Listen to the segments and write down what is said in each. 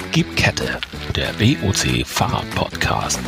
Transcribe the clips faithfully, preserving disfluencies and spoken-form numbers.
Gib Kette, der B O C Fahrrad-Podcast.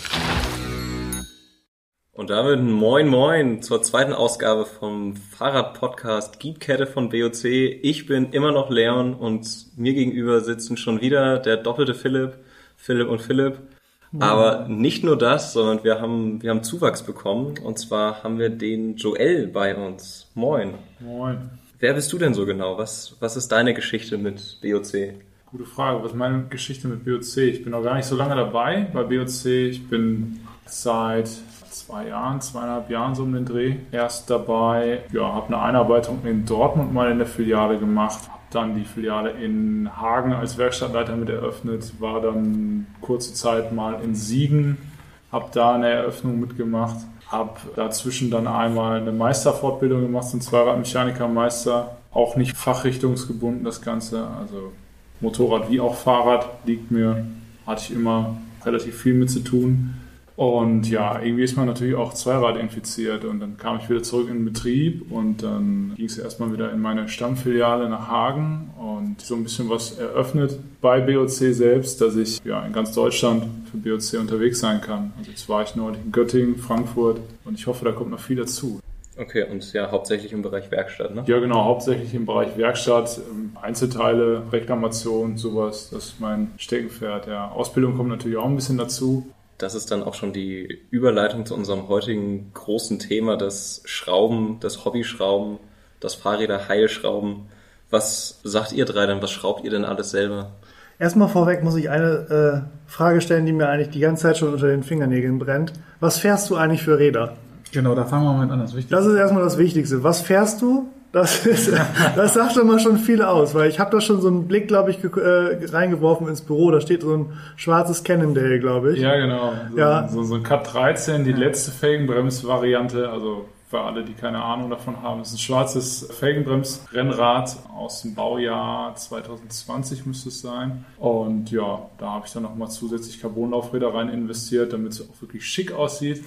Und damit moin moin zur zweiten Ausgabe vom Fahrrad-Podcast Gib Kette von B O C. Ich bin immer noch Leon und mir gegenüber sitzen schon wieder der doppelte Philipp, Philipp und Philipp. Aber nicht nur das, sondern wir haben, wir haben Zuwachs bekommen. Und zwar haben wir den Joel bei uns. Moin. Moin. Wer bist du denn so genau? Was, was ist deine Geschichte mit B O C? Gute Frage. Was ist meine Geschichte mit B O C? Ich bin noch gar nicht so lange dabei bei B O C. Ich bin seit zwei Jahren, zweieinhalb Jahren so um den Dreh erst dabei. Ja, habe eine Einarbeitung in Dortmund mal in der Filiale gemacht. Habe dann die Filiale in Hagen als Werkstattleiter mit eröffnet. War dann kurze Zeit mal in Siegen. Habe da eine Eröffnung mitgemacht. Habe dazwischen dann einmal eine Meisterfortbildung gemacht zum Zweiradmechanikermeister. Auch nicht fachrichtungsgebunden das Ganze. Also Motorrad wie auch Fahrrad liegt mir. Hatte ich immer relativ viel mit zu tun. Und ja, irgendwie ist man natürlich auch Zweirad infiziert und dann kam ich wieder zurück in den Betrieb und dann ging es erstmal wieder in meine Stammfiliale nach Hagen und so ein bisschen was eröffnet bei B O C selbst, dass ich ja in ganz Deutschland für B O C unterwegs sein kann. Also jetzt war ich neulich in Göttingen, Frankfurt und ich hoffe, da kommt noch viel dazu. Okay, und ja, hauptsächlich im Bereich Werkstatt, ne? Ja, genau, hauptsächlich im Bereich Werkstatt, Einzelteile, Reklamation, sowas, das ist mein Steckenpferd. Ja, Ausbildung kommt natürlich auch ein bisschen dazu. Das ist dann auch schon die Überleitung zu unserem heutigen großen Thema, das Schrauben, das Hobbyschrauben, das Fahrräder Heilschrauben. Was sagt ihr drei denn? Was schraubt ihr denn alles selber? Erstmal vorweg muss ich eine äh, Frage stellen, die mir eigentlich die ganze Zeit schon unter den Fingernägeln brennt. Was fährst du eigentlich für Räder? Genau, da fangen wir mal an. Das Wichtigste. Das ist erstmal das Wichtigste. Was fährst du? Das, ist, das sagt immer schon viel aus, weil ich habe da schon so einen Blick, glaube ich, ge- äh, reingeworfen ins Büro. Da steht so ein schwarzes Cannondale, glaube ich. Ja, genau. So, Ja. so, so ein Cut dreizehn, die letzte Felgenbremsvariante, also für alle, die keine Ahnung davon haben, ist ein schwarzes Felgenbremsrennrad aus dem Baujahr zwanzig zwanzig müsste es sein. Und ja, da habe ich dann nochmal zusätzlich Carbonlaufräder rein investiert, damit es auch wirklich schick aussieht.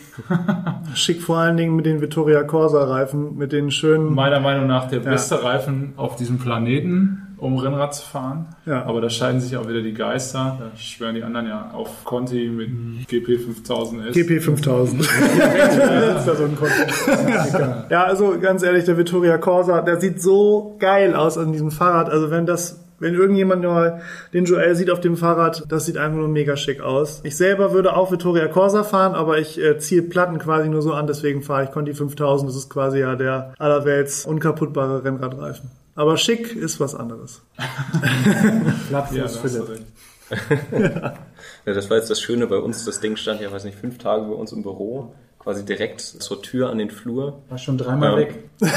Schick vor allen Dingen mit den Vittoria Corsa Reifen, mit den schönen... Meiner Meinung nach der beste Reifen auf diesem Planeten, um Rennrad zu fahren. Ja. Aber da scheiden sich auch wieder die Geister. Da schwören die anderen ja auf Conti mit G P fünftausend S. G P fünftausend. Das ist da so ein Conti. Ja, also ganz ehrlich, der Vittoria Corsa, der sieht so geil aus an diesem Fahrrad. Also wenn das, wenn irgendjemand mal den Joel sieht auf dem Fahrrad, das sieht einfach nur mega schick aus. Ich selber würde auch Vittoria Corsa fahren, aber ich äh, ziehe Platten quasi nur so an, deswegen fahre ich Conti fünftausend. Das ist quasi ja der allerwelts unkaputtbare Rennradreifen. Aber schick ist was anderes. Plattfuß ja, Philipp. Ja, das war jetzt das Schöne bei uns. Das Ding stand ja, weiß nicht, fünf Tage bei uns im Büro. Quasi direkt zur Tür an den Flur. War schon dreimal Ja. weg.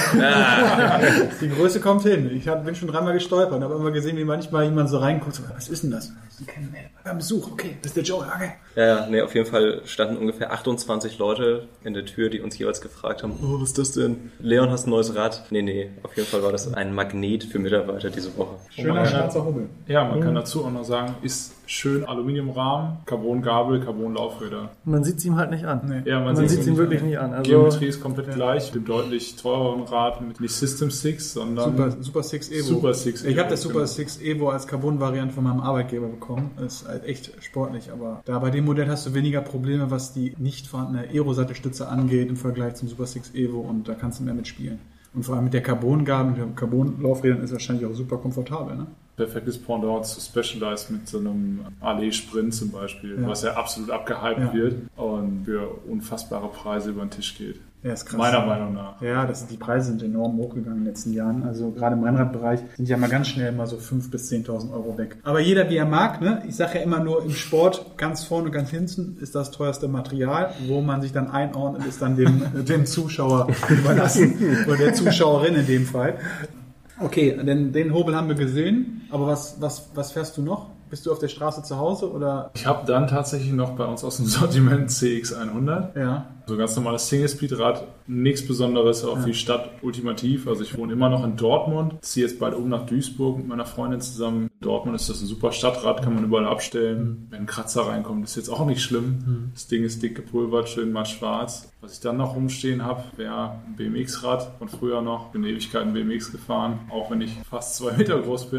Die Größe kommt hin. Ich hab, bin schon dreimal gestolpert und habe immer gesehen, wie manchmal jemand so reinguckt. So, was ist denn das? Das ist ein Cannondale. Wir haben Besuch. Okay, das ist der Joe. Okay. Ja, ja, nee, auf jeden Fall standen ungefähr achtundzwanzig Leute in der Tür, die uns jeweils gefragt haben, oh, was ist das denn? Leon, hast ein neues Rad? Nee, nee, auf jeden Fall war das ein Magnet für Mitarbeiter diese Woche. Schöner schwarzer Hubbel. Ja, man kann dazu auch noch sagen, ist schön Aluminiumrahmen, Carbon-Gabel, Carbon-Laufräder. Man sieht es ihm halt nicht an. Nee. Ja, Man sieht es ihm wirklich nicht an. Also Geometrie ist komplett gleich, mit dem deutlich teureren Rad, mit nicht System six, sondern Super, Super Six Evo. Super Six Ich habe das Evo, Super genau. Six Evo als Carbon-Variante von meinem Arbeitgeber bekommen. Das ist halt echt sportlich, aber da bei dem Modell hast du weniger Probleme, was die nicht vorhandene Aero-Sattelstütze angeht im Vergleich zum Super Six Evo und da kannst du mehr mitspielen. Und vor allem mit der Carbon-Gabel, mit den Carbon-Laufrädern ist wahrscheinlich auch super komfortabel, ne? Perfektes Pendant zu Specialized mit so einem Allee-Sprint zum Beispiel, Ja. was ja absolut abgehypt Ja. wird und für unfassbare Preise über den Tisch geht. Ja, ist krass. Meiner Meinung nach. Ja, das, die Preise sind enorm hochgegangen in den letzten Jahren. Also gerade im Rennradbereich sind ja mal ganz schnell mal so fünftausend bis zehntausend Euro weg. Aber jeder wie er mag, ne? Ich sage ja immer nur, im Sport ganz vorne, ganz hinten ist das teuerste Material. Wo man sich dann einordnet, ist dann dem, dem Zuschauer überlassen. Oder der Zuschauerin in dem Fall. Okay, den, den Hobel haben wir gesehen. Aber was, was, was fährst du noch? Bist du auf der Straße zu Hause oder? Ich habe dann tatsächlich noch bei uns aus dem Sortiment C X hundert. Ja. So ein ganz normales Single-Speed-Rad, nichts Besonderes, auch Ja. für die Stadt ultimativ. Also ich wohne immer noch in Dortmund, ziehe jetzt bald um nach Duisburg mit meiner Freundin zusammen. In Dortmund ist das ein super Stadtrad, kann man überall abstellen. Wenn ein Kratzer reinkommt, ist jetzt auch nicht schlimm. Das Ding ist dick gepulvert, schön matt schwarz. Was ich dann noch rumstehen habe, wäre ein B M X-Rad von früher noch. Ich bin Ewigkeiten B M X gefahren, auch wenn ich fast zwei Meter groß bin.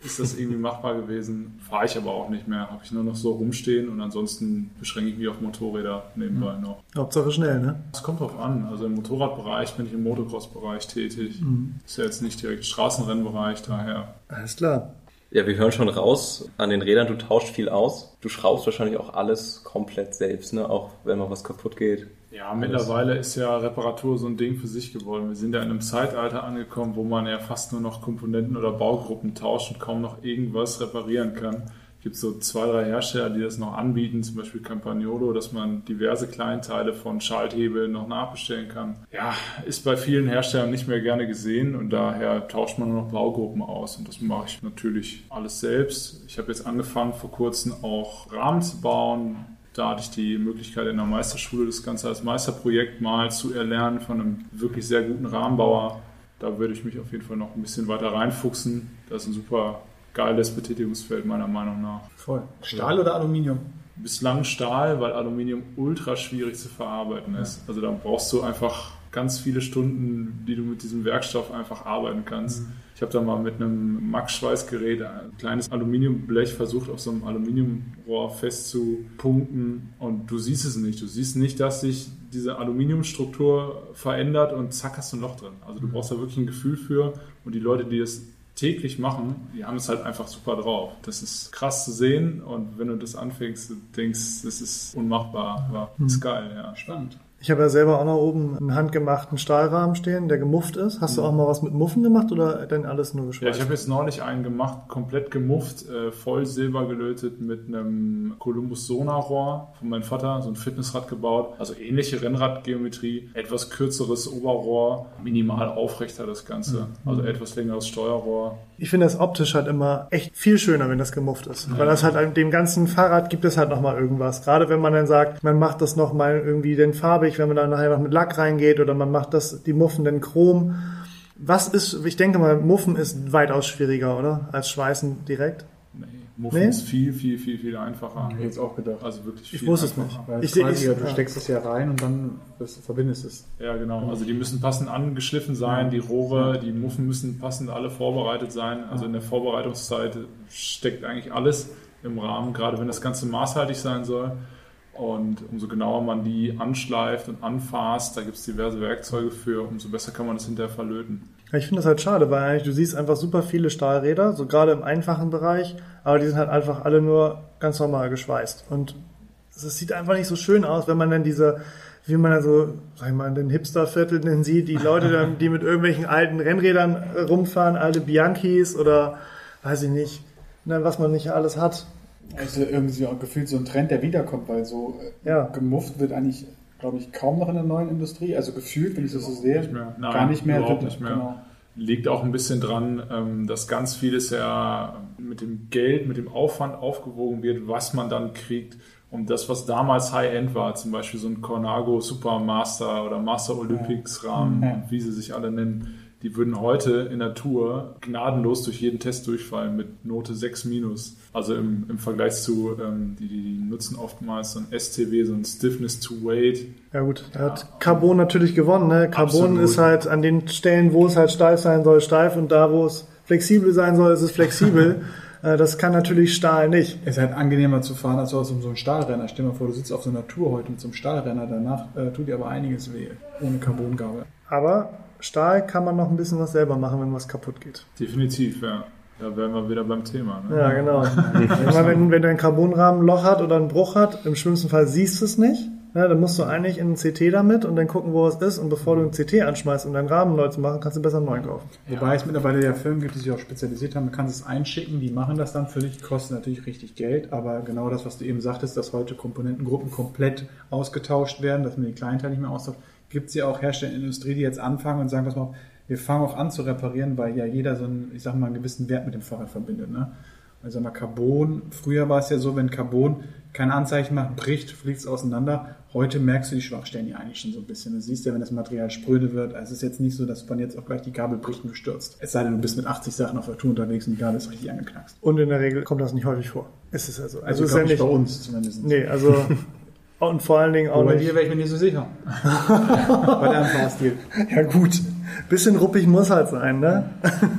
ist das irgendwie machbar gewesen. Fahre ich aber auch nicht mehr. Habe ich nur noch so rumstehen und ansonsten beschränke ich mich auf Motorräder nebenbei noch. Hauptsache schnell, ne? Es kommt drauf an. Also im Motorradbereich bin ich im Motocross-Bereich tätig. Mhm. Ist ja jetzt nicht direkt Straßenrennbereich, daher. Alles klar. Ja, wir hören schon raus an den Rädern, du tauschst viel aus. Du schraubst wahrscheinlich auch alles komplett selbst, ne? Auch wenn mal was kaputt geht. Ja, mittlerweile ist ja Reparatur so ein Ding für sich geworden. Wir sind ja in einem Zeitalter angekommen, wo man ja fast nur noch Komponenten oder Baugruppen tauscht und kaum noch irgendwas reparieren kann. Es gibt so zwei, drei Hersteller, die das noch anbieten, zum Beispiel Campagnolo, dass man diverse Kleinteile von Schalthebeln noch nachbestellen kann. Ja, ist bei vielen Herstellern nicht mehr gerne gesehen und daher tauscht man nur noch Baugruppen aus und das mache ich natürlich alles selbst. Ich habe jetzt angefangen vor kurzem auch Rahmen zu bauen. Da hatte ich die Möglichkeit in der Meisterschule das Ganze als Meisterprojekt mal zu erlernen von einem wirklich sehr guten Rahmenbauer. Da würde ich mich auf jeden Fall noch ein bisschen weiter reinfuchsen. Das ist ein super geiles Betätigungsfeld meiner Meinung nach. Voll. Stahl oder Aluminium? Bislang Stahl, weil Aluminium ultra schwierig zu verarbeiten ist. Also da brauchst du einfach ganz viele Stunden, die du mit diesem Werkstoff einfach arbeiten kannst. Mhm. Ich habe da mal mit einem Max-Schweißgerät ein kleines Aluminiumblech versucht, auf so einem Aluminiumrohr festzupunkten und du siehst es nicht. Du siehst nicht, dass sich diese Aluminiumstruktur verändert und zack hast du ein Loch drin. Also du brauchst da wirklich ein Gefühl für und die Leute, die das täglich machen, die haben es halt einfach super drauf. Das ist krass zu sehen und wenn du das anfängst, du denkst, das ist unmachbar, aber mhm. ist geil, ja. Spannend. Ich habe ja selber auch noch oben einen handgemachten Stahlrahmen stehen, der gemufft ist. Hast du auch mal was mit Muffen gemacht oder denn alles nur geschweißt? Ja, ich habe jetzt neulich einen gemacht, komplett gemufft, äh, voll silber gelötet mit einem Columbus Sonarrohr von meinem Vater, so ein Fitnessrad gebaut. Also ähnliche Rennradgeometrie, etwas kürzeres Oberrohr, minimal aufrechter das Ganze. Mhm. Also etwas längeres Steuerrohr. Ich finde das optisch halt immer echt viel schöner, wenn das gemufft ist. Ja. Weil das halt dem ganzen Fahrrad gibt es halt nochmal irgendwas. Gerade wenn man dann sagt, man macht das nochmal irgendwie den farbig, wenn man dann nachher noch mit Lack reingeht oder man macht das, die Muffen dann chrom. Was ist, ich denke mal, Muffen ist weitaus schwieriger, oder? Als Schweißen direkt? Nee, Muffen nee? ist viel, viel, viel, viel einfacher. Ich hätte es auch gedacht. Also wirklich viel Ich wusste es nicht. Weil ich, quasi, ich, du steckst es ja rein und dann verbindest es. Ja, genau. Also die müssen passend angeschliffen sein, die Rohre, die Muffen müssen passend alle vorbereitet sein. Also in der Vorbereitungszeit steckt eigentlich alles im Rahmen, gerade wenn das Ganze maßhaltig sein soll. Und umso genauer man die anschleift und anfasst, da gibt es diverse Werkzeuge für, umso besser kann man das hinterher verlöten. Ja, ich finde das halt schade, weil eigentlich du siehst einfach super viele Stahlräder, so gerade im einfachen Bereich, aber die sind halt einfach alle nur ganz normal geschweißt. Und es sieht einfach nicht so schön aus, wenn man dann diese, wie man dann so, sag ich mal, in den Hipstervierteln sieht, die Leute dann, die mit irgendwelchen alten Rennrädern rumfahren, alte Bianchis oder weiß ich nicht, was man nicht alles hat. Also irgendwie auch gefühlt so ein Trend, der wiederkommt, weil so ja. gemufft wird eigentlich, glaube ich, kaum noch in der neuen Industrie. Also gefühlt, wenn ich das so sehe, nicht mehr. Nein, gar nicht mehr. Überhaupt nicht mehr. Genau. Liegt auch ein bisschen dran, dass ganz vieles ja mit dem Geld, mit dem Aufwand aufgewogen wird, was man dann kriegt. Und das, was damals High-End war, zum Beispiel so ein Cornago Super Master oder Master Olympics Rahmen, ja. wie sie sich alle nennen, die würden heute in der Tour gnadenlos durch jeden Test durchfallen mit Note sechs minus. Also im, im Vergleich zu, ähm, die, die nutzen oftmals so ein S T W, so ein Stiffness to Weight. Ja gut, er hat Carbon natürlich gewonnen. Ne? Carbon Absolut. Ist halt an den Stellen, wo es halt steif sein soll, steif und da, wo es flexibel sein soll, ist es flexibel. Das kann natürlich Stahl nicht. Es ist halt angenehmer zu fahren, als aus so einem Stahlrenner. Stell dir mal vor, du sitzt auf so einer Tour heute mit so einem Stahlrenner, danach äh, tut dir aber einiges weh, ohne Carbongabel. Aber Stahl kann man noch ein bisschen was selber machen, wenn was kaputt geht. Definitiv, ja. Da wären wir wieder beim Thema. Ne? Ja, genau. wenn, wenn dein Carbonrahmen ein Loch hat oder einen Bruch hat, im schlimmsten Fall siehst du es nicht. Ja, dann musst du eigentlich in einen C T damit und dann gucken, wo es ist. Und bevor du einen C T anschmeißt, um deinen Rahmen neu zu machen, kannst du besser einen neuen kaufen. Wobei ja. es mittlerweile ja Firmen gibt, die sich auch spezialisiert haben. Du kannst es einschicken, die machen das dann für dich, kostet natürlich richtig Geld. Aber genau das, was du eben sagtest, dass heute Komponentengruppen komplett ausgetauscht werden, dass man die Kleinteile nicht mehr austauscht, gibt es ja auch Hersteller in der Industrie, die jetzt anfangen und sagen, pass mal auf, wir fangen auch an zu reparieren, weil ja jeder so einen, ich sag mal, einen gewissen Wert mit dem Fahrrad verbindet. Ne? Also mal Carbon, früher war es ja so, wenn Carbon kein Anzeichen macht, bricht, fliegt es auseinander. Heute merkst du die Schwachstellen ja eigentlich schon so ein bisschen. Du siehst ja, wenn das Material spröde wird, also es ist jetzt nicht so, dass von jetzt auf gleich die Gabel bricht und du stürzt. Es sei denn, du bist mit achtzig Sachen auf der Tour unterwegs und die Gabel ist richtig angeknackst. Und in der Regel kommt das nicht häufig vor. Ist es also. Also, also ist ja nicht bei uns zumindest. Nee, also und vor allen Dingen auch oh, bei nicht. dir wäre ich mir nicht so sicher. Bei deinem Fahrstil. Ja gut, bisschen ruppig muss halt sein, ne?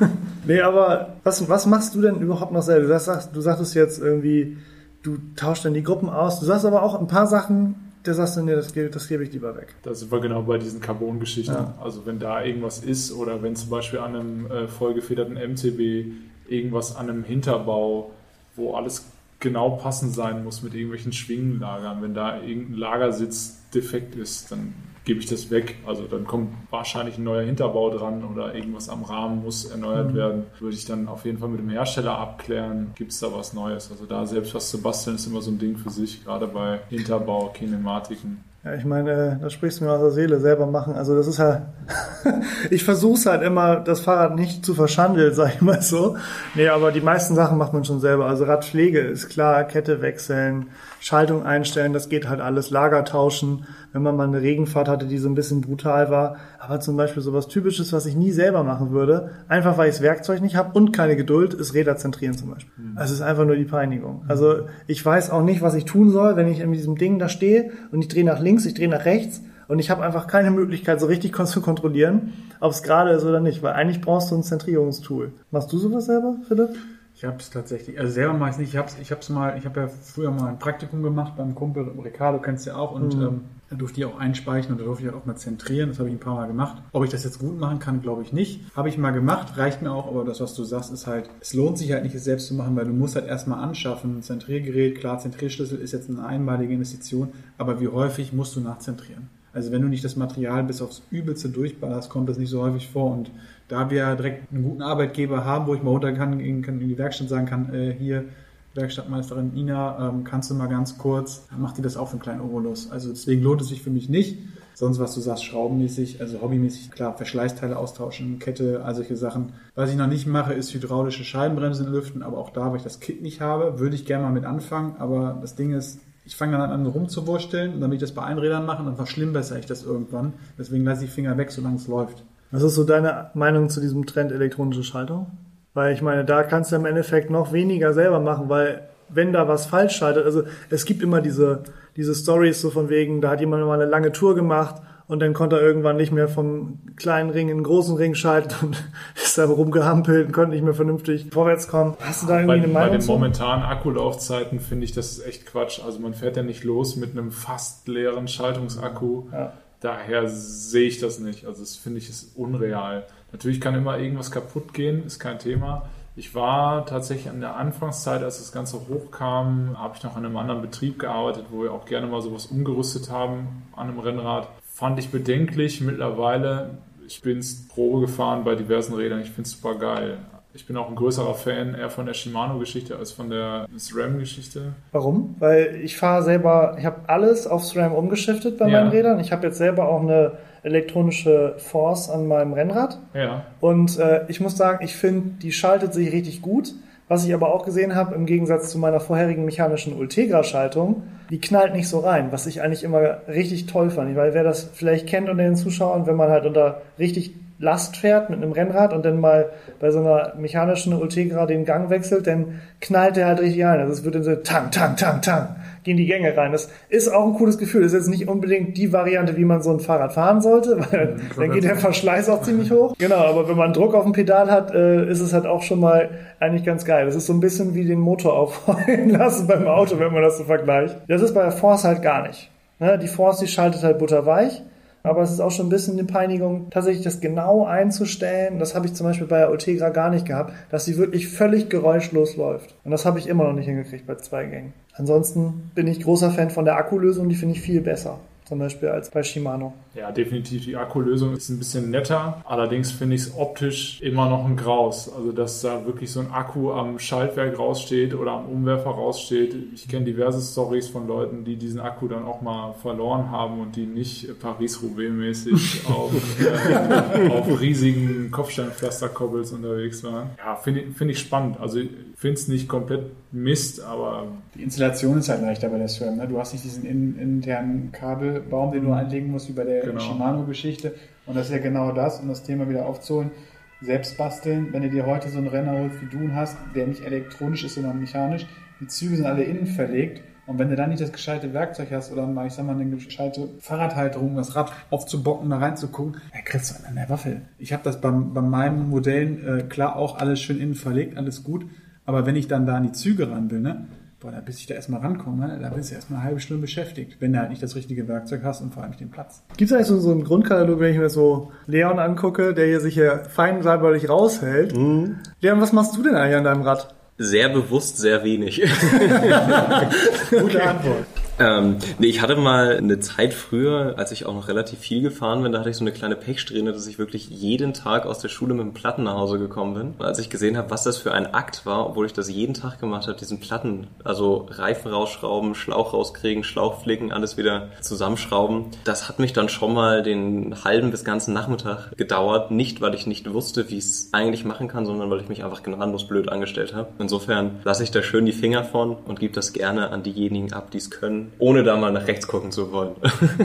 Nee, aber was, was machst du denn überhaupt noch selber? Du sagst, du sagtest jetzt irgendwie, du tauschst dann die Gruppen aus. Du sagst aber auch ein paar Sachen, der sagst du, nee, das gebe, das gebe ich lieber weg. Da sind wir genau bei diesen Carbon-Geschichten. Ja. Also wenn da irgendwas ist oder wenn zum Beispiel an einem äh, vollgefederten M T B irgendwas an einem Hinterbau, wo alles genau passend sein muss mit irgendwelchen Schwingenlagern, wenn da irgendein Lagersitz defekt ist, dann gebe ich das weg. Also dann kommt wahrscheinlich ein neuer Hinterbau dran oder irgendwas am Rahmen muss erneuert mhm. werden. Würde ich dann auf jeden Fall mit dem Hersteller abklären, gibt es da was Neues. Also da selbst was zu basteln ist immer so ein Ding für sich, gerade bei Hinterbau, Kinematiken. Ja, ich meine, da sprichst du mir aus der Seele, selber machen. Also das ist halt, ich versuche es halt immer, das Fahrrad nicht zu verschandeln, sag ich mal so. Nee, aber die meisten Sachen macht man schon selber. Also Radpflege ist klar, Kette wechseln, Schaltung einstellen, das geht halt alles, Lager tauschen, wenn man mal eine Regenfahrt hatte, die so ein bisschen brutal war. Aber zum Beispiel sowas Typisches, was ich nie selber machen würde, einfach weil ich das Werkzeug nicht habe und keine Geduld, ist Räder zentrieren zum Beispiel. Mhm. Also es ist einfach nur die Peinigung. Also ich weiß auch nicht, was ich tun soll, wenn ich in diesem Ding da stehe und ich drehe nach links, ich drehe nach rechts und ich habe einfach keine Möglichkeit, so richtig zu kontrollieren, ob es gerade ist oder nicht, weil eigentlich brauchst du ein Zentrierungstool. Machst du sowas selber, Philipp? Ich habe es tatsächlich, also selber mache ich es nicht. Ich habe ich hab's mal, ich habe ja früher mal ein Praktikum gemacht beim Kumpel Ricardo, kennst du ja auch, und mhm. ähm, da durfte ich auch einspeichen und da durfte ich auch mal zentrieren. Das habe ich ein paar Mal gemacht. Ob ich das jetzt gut machen kann, glaube ich nicht. Habe ich mal gemacht, reicht mir auch, aber das, was du sagst, ist halt, es lohnt sich halt nicht, es selbst zu machen, weil du musst halt erstmal anschaffen. Ein Zentriergerät, klar, Zentrierschlüssel ist jetzt eine einmalige Investition, aber wie häufig musst du nachzentrieren? Also wenn du nicht das Material bis aufs Übelste durchballerst, kommt das nicht so häufig vor. Und da wir direkt einen guten Arbeitgeber haben, wo ich mal runter kann, in, kann in die Werkstatt sagen kann, äh, hier, Werkstattmeisterin Ina, ähm, kannst du mal ganz kurz, dann macht die das auch für einen kleinen Obolus. Also deswegen lohnt es sich für mich nicht. Sonst, was du sagst, schraubenmäßig, also hobbymäßig, klar, Verschleißteile austauschen, Kette, all solche Sachen. Was ich noch nicht mache, ist hydraulische Scheibenbremsen lüften, aber auch da, weil ich das Kit nicht habe, würde ich gerne mal mit anfangen. Aber das Ding ist, ich fange dann an rumzuwursteln und damit ich das bei Einrädern mache, dann verschlimmbessere ich das irgendwann. Deswegen lasse ich die Finger weg, solange es läuft. Was ist so deine Meinung zu diesem Trend elektronische Schaltung? Weil ich meine, da kannst du im Endeffekt noch weniger selber machen, weil wenn da was falsch schaltet, also es gibt immer diese, diese Stories so von wegen, da hat jemand mal eine lange Tour gemacht und dann konnte er irgendwann nicht mehr vom kleinen Ring in den großen Ring schalten und ist da rumgehampelt und konnte nicht mehr vernünftig vorwärts kommen. Hast du da irgendwie bei, eine Meinung? Bei den momentanen Akkulaufzeiten finde ich das echt Quatsch. Also man fährt ja nicht los mit einem fast leeren Schaltungsakku. Ja. Daher sehe ich das nicht. Also das finde ich ist unreal. Natürlich kann immer irgendwas kaputt gehen, ist kein Thema. Ich war tatsächlich an der Anfangszeit, als das Ganze hochkam, habe ich noch an einem anderen Betrieb gearbeitet, wo wir auch gerne mal sowas umgerüstet haben an einem Rennrad. Fand ich bedenklich. Mittlerweile, ich bin es Probe gefahren bei diversen Rädern. Ich finde es super geil. Ich bin auch ein größerer Fan eher von der Shimano-Geschichte als von der SRAM-Geschichte. Warum? Weil ich fahre selber, ich habe alles auf SRAM umgeschiftet bei ja. meinen Rädern. Ich habe jetzt selber auch eine elektronische Force an meinem Rennrad. Ja. Und äh, ich muss sagen, ich finde, die schaltet sich richtig gut. Was ich aber auch gesehen habe, im Gegensatz zu meiner vorherigen mechanischen Ultegra-Schaltung, die knallt nicht so rein, was ich eigentlich immer richtig toll fand. Weil wer das vielleicht kennt unter den Zuschauern, wenn man halt unter richtig Last fährt mit einem Rennrad und dann mal bei so einer mechanischen Ultegra den Gang wechselt, dann knallt der halt richtig ein. Also es wird dann so tang, tang, tang, tang, gehen die Gänge rein. Das ist auch ein cooles Gefühl. Das ist jetzt nicht unbedingt die Variante, wie man so ein Fahrrad fahren sollte, weil mhm, dann geht der Verschleiß auch ziemlich hoch. Genau, aber wenn man Druck auf dem Pedal hat, äh, ist es halt auch schon mal eigentlich ganz geil. Das ist so ein bisschen wie den Motor aufheulen lassen beim Auto, wenn man das so vergleicht. Das ist bei der Force halt gar nicht. Ne? Die Force, die schaltet halt butterweich. Aber es ist auch schon ein bisschen eine Peinigung, tatsächlich das genau einzustellen. Das habe ich zum Beispiel bei der Ultegra gar nicht gehabt, dass sie wirklich völlig geräuschlos läuft. Und das habe ich immer noch nicht hingekriegt bei zwei Gängen. Ansonsten bin ich großer Fan von der Akkulösung, die finde ich viel besser. Zum Beispiel als bei Shimano. Ja, definitiv. Die Akkulösung ist ein bisschen netter. Allerdings finde ich es optisch immer noch ein Graus. Also, dass da wirklich so ein Akku am Schaltwerk raussteht oder am Umwerfer raussteht. Ich kenne diverse Stories von Leuten, die diesen Akku dann auch mal verloren haben und die nicht Paris-Roubaix-mäßig auf, äh, auf riesigen Kopfsteinpflasterkobbels unterwegs waren. Ja, finde find ich spannend. Also, ich finde es nicht komplett Mist, aber... Die Installation ist halt leichter bei der SRAM. Ne? Du hast nicht diesen in, internen Kabelbaum, den du einlegen musst, wie bei der genau. Shimano-Geschichte. Und das ist ja genau das, um das Thema wieder aufzuholen. Selbst basteln, wenn du dir heute so einen Renner holst, wie du ihn hast, der nicht elektronisch ist, sondern mechanisch. Die Züge sind alle innen verlegt. Und wenn du dann nicht das gescheite Werkzeug hast oder mal, ich sag mal, eine gescheite Fahrradhalterung, das Rad aufzubocken, da reinzugucken, dann kriegst du an der Waffel. Ich habe das beim, bei meinen Modellen, äh, klar auch alles schön innen verlegt, alles gut. Aber wenn ich dann da an die Züge ran will, ne, boah, da bis ich da erstmal rankomme, ne, da bist du erstmal eine halbe Stunde beschäftigt, wenn du halt nicht das richtige Werkzeug hast und vor allem nicht den Platz. Gibt es eigentlich so, so einen Grundkatalog, wenn ich mir so Leon angucke, der hier sich hier fein säuberlich raushält? Mhm. Leon, was machst du denn eigentlich an deinem Rad? Sehr bewusst, sehr wenig. Gute Antwort. Ähm, nee, ich hatte mal eine Zeit früher, als ich auch noch relativ viel gefahren bin, da hatte ich so eine kleine Pechsträhne, dass ich wirklich jeden Tag aus der Schule mit einem Platten nach Hause gekommen bin. Und als ich gesehen habe, was das für ein Akt war, obwohl ich das jeden Tag gemacht habe, diesen Platten, also Reifen rausschrauben, Schlauch rauskriegen, Schlauch flicken, alles wieder zusammenschrauben, das hat mich dann schon mal den halben bis ganzen Nachmittag gedauert. Nicht, weil ich nicht wusste, wie ich es eigentlich machen kann, sondern weil ich mich einfach gnadenlos blöd angestellt habe. Insofern lasse ich da schön die Finger von und gebe das gerne an diejenigen ab, die es können, ohne da mal nach rechts gucken zu wollen.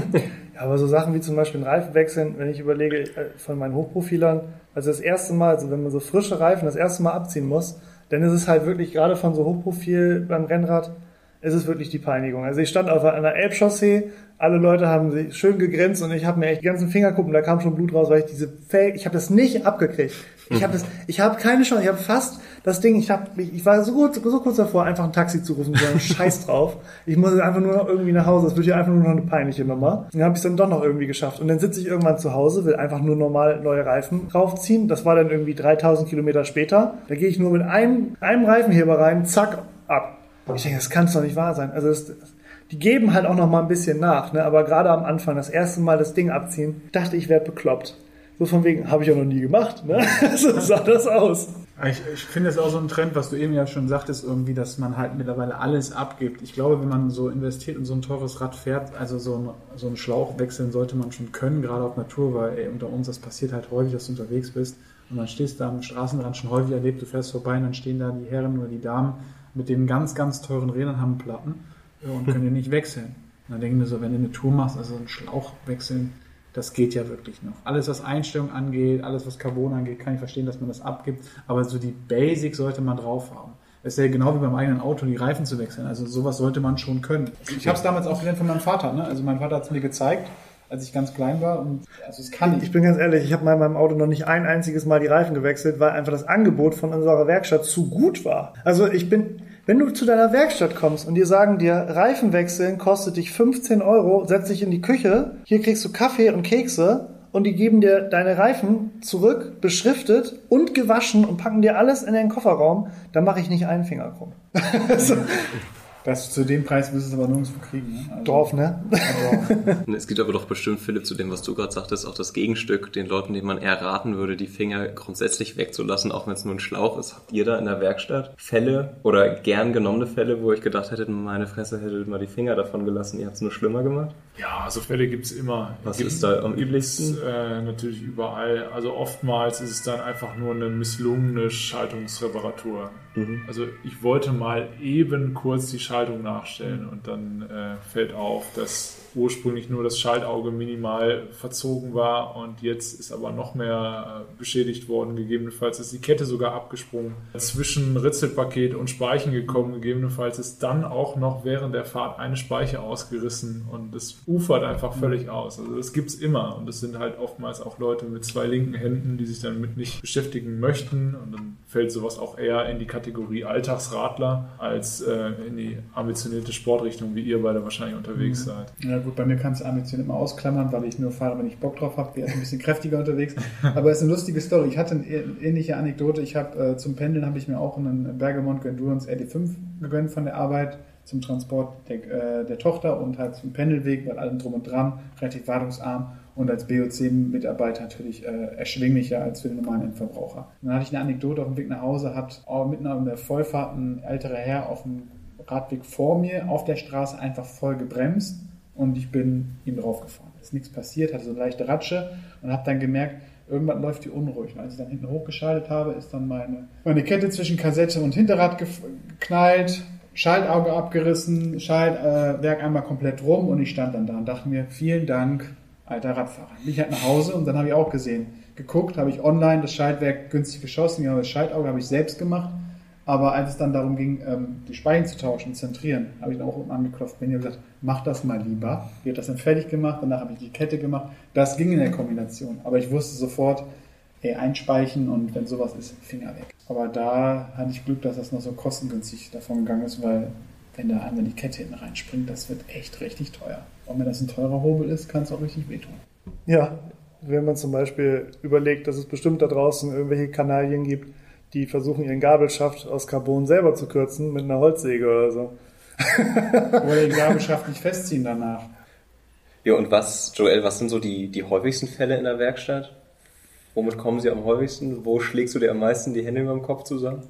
Ja, aber so Sachen wie zum Beispiel ein Reifen wechseln, wenn ich überlege von meinen Hochprofilern, also das erste Mal, also wenn man so frische Reifen das erste Mal abziehen muss, dann ist es halt wirklich gerade von so Hochprofil beim Rennrad, ist es wirklich die Peinigung. Also ich stand auf einer Elbchaussee, alle Leute haben sich schön gegrinst und ich habe mir echt die ganzen Fingerkuppen, da kam schon Blut raus, weil ich diese Felge, ich habe das nicht abgekriegt. Ich habe das, ich habe keine Chance, ich habe fast das Ding, ich habe, ich war so kurz, so kurz davor, einfach ein Taxi zu rufen, so einen Scheiß drauf. Ich muss einfach nur noch irgendwie nach Hause, das wird hier einfach nur noch eine peinliche Nummer. Dann habe ich es dann doch noch irgendwie geschafft. Und dann sitze ich irgendwann zu Hause, will einfach nur normal neue Reifen raufziehen. Das war dann irgendwie dreitausend Kilometer später. Da gehe ich nur mit einem, einem Reifenheber rein, zack, ab. Ich denke, das kann es doch nicht wahr sein. Also das, die geben halt auch noch mal ein bisschen nach, ne? Aber gerade am Anfang, das erste Mal das Ding abziehen, dachte ich, werde bekloppt. So von wegen, habe ich auch noch nie gemacht, ne? So sah das aus. Ich, ich finde es auch so ein Trend, was du eben ja schon sagtest, irgendwie, dass man halt mittlerweile alles abgibt. Ich glaube, wenn man so investiert und so ein teures Rad fährt, also so ein, so einen Schlauch wechseln sollte man schon können, gerade auf Natur, weil ey, unter uns, das passiert halt häufig, dass du unterwegs bist und dann stehst du am Straßenrand schon häufig erlebt, du fährst vorbei und dann stehen da die Herren oder die Damen mit den ganz, ganz teuren Rädern, haben Platten und können die nicht wechseln. Und dann denke ich mir so, wenn du eine Tour machst, also einen Schlauch wechseln, das geht ja wirklich noch. Alles, was Einstellung angeht, alles, was Carbon angeht, kann ich verstehen, dass man das abgibt. Aber so die Basics sollte man drauf haben. Es ist ja genau wie beim eigenen Auto, die Reifen zu wechseln. Also sowas sollte man schon können. Ich habe es damals auch gelernt von meinem Vater. Ne? Also mein Vater hat es mir gezeigt, als ich ganz klein war. Und also es kann ich. Ich bin ganz ehrlich, ich habe mal in meinem Auto noch nicht ein einziges Mal die Reifen gewechselt, weil einfach das Angebot von unserer Werkstatt zu gut war. Also ich bin... Wenn du zu deiner Werkstatt kommst und die sagen dir, Reifen wechseln kostet dich fünfzehn Euro, setz dich in die Küche, hier kriegst du Kaffee und Kekse und die geben dir deine Reifen zurück, beschriftet und gewaschen und packen dir alles in den Kofferraum, dann mache ich nicht einen Finger krumm. So. Das zu dem Preis wirst du es aber nirgendwo kriegen. Ne? Also, drauf, ne? Also. Es gibt aber doch bestimmt, Philipp, zu dem, was du gerade sagtest, auch das Gegenstück, den Leuten, denen man eher raten würde, die Finger grundsätzlich wegzulassen, auch wenn es nur ein Schlauch ist. Habt ihr da in der Werkstatt Fälle oder gern genommene Fälle, wo ich gedacht hättet, meine Fresse hättet mal die Finger davon gelassen, ihr habt es nur schlimmer gemacht? Ja, so Fälle gibt es immer. Was gibt's, ist da am üblichsten? Äh, natürlich überall. Also oftmals ist es dann einfach nur eine misslungene Schaltungsreparatur. Mhm. Also ich wollte mal eben kurz die Schaltung nachstellen und dann äh, fällt auf, dass ursprünglich nur das Schaltauge minimal verzogen war und jetzt ist aber noch mehr äh, beschädigt worden. Gegebenenfalls ist die Kette sogar abgesprungen. Zwischen Ritzelpaket und Speichen gekommen. Gegebenenfalls ist dann auch noch während der Fahrt eine Speiche ausgerissen und es ufert einfach völlig aus. Also das gibt's immer und das sind halt oftmals auch Leute mit zwei linken Händen, die sich damit nicht beschäftigen möchten und dann fällt sowas auch eher in die Kategorie Alltagsradler als äh, in die ambitionierte Sportrichtung, wie ihr beide wahrscheinlich unterwegs mhm. seid. Ja gut, bei mir kannst du Ambition immer ausklammern, weil ich nur fahre, wenn ich Bock drauf habe. Wir sind ein bisschen kräftiger unterwegs. Aber es ist eine lustige Story. Ich hatte eine ähnliche Anekdote. Ich habe äh, zum Pendeln habe ich mir auch einen Bergamont Endurance R D fünf gegönnt von der Arbeit zum Transport der, äh, der Tochter und halt zum Pendelweg, weil allem drum und dran, relativ wartungsarm und als B O C-Mitarbeiter natürlich äh, erschwinglicher als für den normalen Endverbraucher. Und dann hatte ich eine Anekdote auf dem Weg nach Hause, hat auch mitten in der Vollfahrt ein älterer Herr auf dem Radweg vor mir auf der Straße einfach voll gebremst und ich bin ihm draufgefahren. Es ist nichts passiert, hatte so eine leichte Ratsche und habe dann gemerkt, irgendwann läuft die unruhig. Und als ich dann hinten hochgeschaltet habe, ist dann meine, meine Kette zwischen Kassette und Hinterrad geknallt, Schaltauge abgerissen, Schaltwerk äh, einmal komplett rum und ich stand dann da und dachte mir, vielen Dank, alter Radfahrer. Bin ich halt nach Hause und dann habe ich auch gesehen, geguckt, habe ich online das Schaltwerk günstig geschossen, genau, das Schaltauge habe ich selbst gemacht, Aber als es dann darum ging, die Speichen zu tauschen, zentrieren, habe ich dann auch angeklopft. Benny hat gesagt, mach das mal lieber. Ich habe das dann fertig gemacht, danach habe ich die Kette gemacht. Das ging in der Kombination. Aber ich wusste sofort, ey, einspeichen und wenn sowas ist, Finger weg. Aber da hatte ich Glück, dass das noch so kostengünstig davon gegangen ist, weil wenn da einmal die Kette hinten reinspringt, das wird echt richtig teuer. Und wenn das ein teurer Hobel ist, kann es auch richtig wehtun. Ja, wenn man zum Beispiel überlegt, dass es bestimmt da draußen irgendwelche Kanalien gibt, die versuchen, ihren Gabelschaft aus Carbon selber zu kürzen mit einer Holzsäge oder so. Oder den Gabelschaft nicht festziehen danach. Ja, und was, Joel, was sind so die, die häufigsten Fälle in der Werkstatt? Womit kommen sie am häufigsten? Wo schlägst du dir am meisten die Hände über dem Kopf zusammen?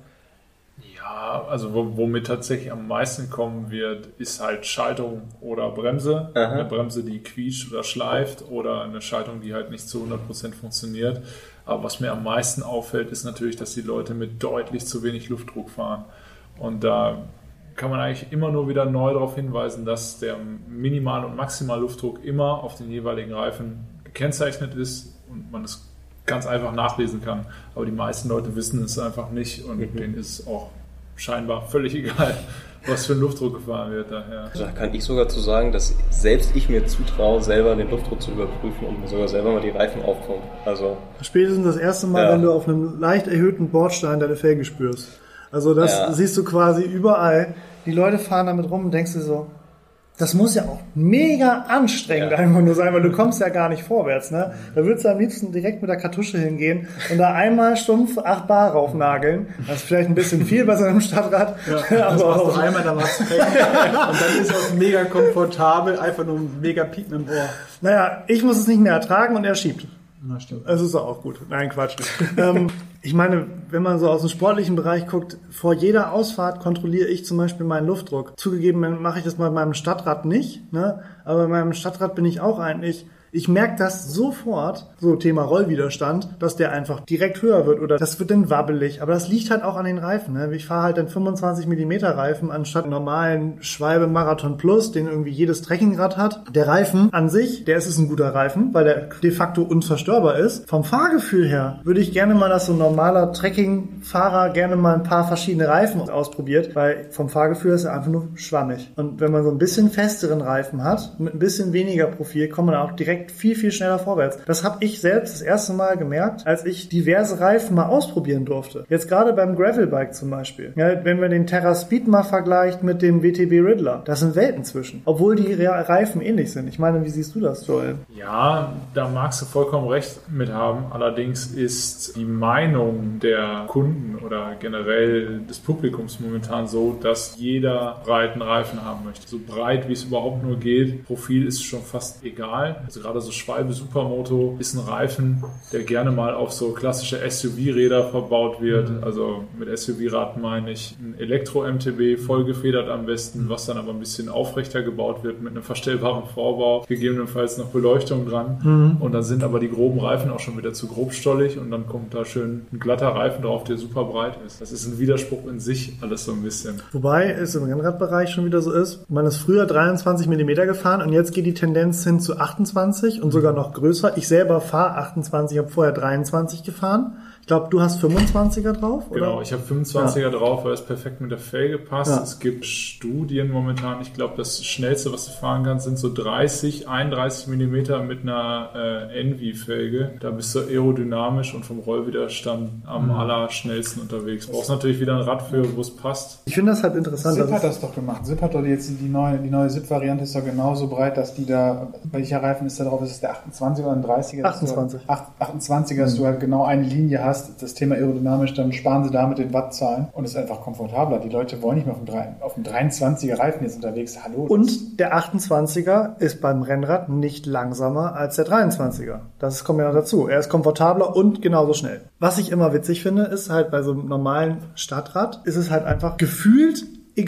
Ja, also womit tatsächlich am meisten kommen wird, ist halt Schaltung oder Bremse. Aha. Eine Bremse, die quietscht oder schleift, oder eine Schaltung, die halt nicht zu hundert Prozent funktioniert. Aber was mir am meisten auffällt, ist natürlich, dass die Leute mit deutlich zu wenig Luftdruck fahren. Und da kann man eigentlich immer nur wieder neu darauf hinweisen, dass der Minimal- und Maximal-Luftdruck immer auf den jeweiligen Reifen gekennzeichnet ist und man es ganz einfach nachlesen kann. Aber die meisten Leute wissen es einfach nicht und mhm. denen ist es auch scheinbar völlig egal, was für ein Luftdruck gefahren wird. Daher. Da kann ich sogar zu sagen, dass selbst ich mir zutraue, selber den Luftdruck zu überprüfen und mir sogar selber mal die Reifen aufpumpen. Also spätestens das erste Mal, ja. wenn du auf einem leicht erhöhten Bordstein deine Felge spürst. Also das ja. siehst du quasi überall. Die Leute fahren damit rum und denkst dir so, das muss ja auch mega anstrengend ja. einfach nur sein, weil du kommst ja gar nicht vorwärts. Ne? Da würdest du am liebsten direkt mit der Kartusche hingehen und da einmal stumpf acht Bar raufnageln. Das ist vielleicht ein bisschen viel bei so einem Stadtrad. Ja, aber auch noch einmal, da macht's weg. Und dann ist es mega komfortabel, einfach nur ein mega Piepen im Ohr. Naja, ich muss es nicht mehr ertragen und er schiebt. Na, stimmt. Das ist auch gut. Nein, Quatsch. ähm, ich meine, wenn man so aus dem sportlichen Bereich guckt, vor jeder Ausfahrt kontrolliere ich zum Beispiel meinen Luftdruck. Zugegeben mache ich das bei meinem Stadtrad nicht, ne? Aber bei meinem Stadtrad bin ich auch eigentlich... Ich merke das sofort, so Thema Rollwiderstand, dass der einfach direkt höher wird oder das wird dann wabbelig. Aber das liegt halt auch an den Reifen. Ne? Ich fahre halt dann fünfundzwanzig Millimeter Reifen anstatt einen normalen Schwalbe Marathon Plus, den irgendwie jedes Trekkingrad hat. Der Reifen an sich, der ist es ein guter Reifen, weil der de facto unzerstörbar ist. Vom Fahrgefühl her würde ich gerne mal, dass so ein normaler Trekking-Fahrer gerne mal ein paar verschiedene Reifen ausprobiert, weil vom Fahrgefühl ist er einfach nur schwammig. Und wenn man so ein bisschen festeren Reifen hat, mit ein bisschen weniger Profil, kommt man auch direkt viel, viel schneller vorwärts. Das habe ich selbst das erste Mal gemerkt, als ich diverse Reifen mal ausprobieren durfte. Jetzt gerade beim Gravelbike zum Beispiel. Ja, wenn man den Terra Speed mal vergleicht mit dem W T B Riddler, das sind Welten zwischen. Obwohl die Reifen ähnlich sind. Ich meine, wie siehst du das, Joel? Ja, da magst du vollkommen recht mit haben. Allerdings ist die Meinung der Kunden oder generell des Publikums momentan so, dass jeder breiten Reifen haben möchte. So breit, wie es überhaupt nur geht. Profil ist schon fast egal. Also gerade so Schwalbe Supermoto ist ein Reifen, der gerne mal auf so klassische S U V-Räder verbaut wird. Mhm. Also mit S U V-Rad meine ich ein Elektro-M T B, vollgefedert am besten, was dann aber ein bisschen aufrechter gebaut wird mit einem verstellbaren Vorbau, gegebenenfalls noch Beleuchtung dran. Mhm. Und dann sind aber die groben Reifen auch schon wieder zu grobstollig und dann kommt da schön ein glatter Reifen drauf, der super breit ist. Das ist ein Widerspruch in sich, alles so ein bisschen. Wobei es im Rennradbereich schon wieder so ist, man ist früher dreiundzwanzig Millimeter gefahren und jetzt geht die Tendenz hin zu achtundzwanzig und sogar noch größer. Ich selber fahre achtundzwanzig, habe vorher dreiundzwanzig gefahren. Ich glaube, du hast fünfundzwanziger drauf, oder? Genau, ich habe fünfundzwanziger ja. drauf, weil es perfekt mit der Felge passt. Ja. Es gibt Studien momentan, ich glaube, das Schnellste, was du fahren kannst, sind so dreißig, einunddreißig Millimeter mit einer äh, Envy-Felge. Da bist du aerodynamisch und vom Rollwiderstand am mhm. allerschnellsten unterwegs. Du brauchst natürlich wieder ein Rad für, wo es passt. Ich finde das halt interessant. Zip hat das doch gemacht. Zip hat doch jetzt die neue, die neue Zip-Variante ist doch genauso breit, dass die da, welcher Reifen ist da drauf? Ist es der achtundzwanziger oder ein dreißiger? achtundzwanzig. Du, achtundzwanziger, mhm. dass du halt genau eine Linie hast. Das Thema aerodynamisch, dann sparen sie damit den Wattzahlen und es ist einfach komfortabler. Die Leute wollen nicht mehr auf dem, auf dem dreiundzwanziger Reifen jetzt unterwegs. Hallo. Und der achtundzwanziger ist beim Rennrad nicht langsamer als der dreiundzwanziger. Das kommt ja noch dazu. Er ist komfortabler und genauso schnell. Was ich immer witzig finde, ist halt bei so einem normalen Stadtrad, ist es halt einfach gefühlt egal.